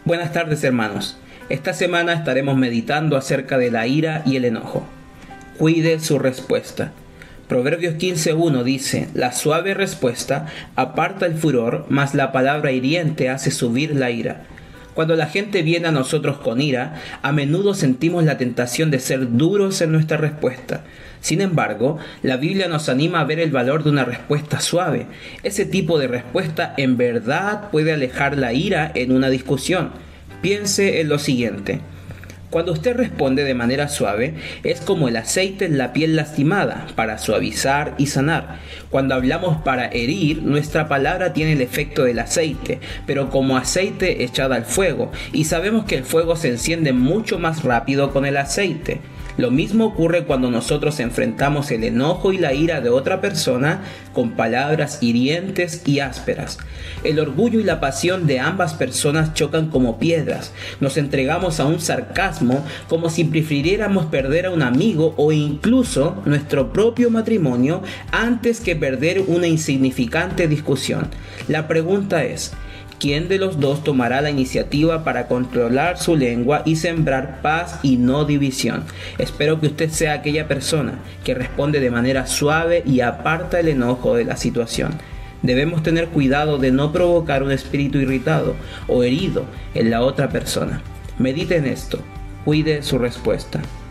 Buenas tardes, hermanos. Esta semana estaremos meditando acerca de la ira y el enojo. Cuide su respuesta. Proverbios 15:1 dice: la suave respuesta aparta el furor, mas la palabra hiriente hace subir la ira. Cuando la gente viene a nosotros con ira, a menudo sentimos la tentación de ser duros en nuestra respuesta. Sin embargo, la Biblia nos anima a ver el valor de una respuesta suave. Ese tipo de respuesta en verdad puede alejar la ira en una discusión. Piense en lo siguiente. Cuando usted responde de manera suave, es como el aceite en la piel lastimada, para suavizar y sanar. Cuando hablamos para herir, nuestra palabra tiene el efecto del aceite, pero como aceite echado al fuego, y sabemos que el fuego se enciende mucho más rápido con el aceite. Lo mismo ocurre cuando nosotros enfrentamos el enojo y la ira de otra persona con palabras hirientes y ásperas. El orgullo y la pasión de ambas personas chocan como piedras. Nos entregamos a un sarcasmo como si prefiriéramos perder a un amigo o incluso nuestro propio matrimonio antes que perder una insignificante discusión. La pregunta es: ¿quién de los dos tomará la iniciativa para controlar su lengua y sembrar paz y no división? Espero que usted sea aquella persona que responde de manera suave y aparta el enojo de la situación. Debemos tener cuidado de no provocar un espíritu irritado o herido en la otra persona. Medite en esto. Cuide su respuesta.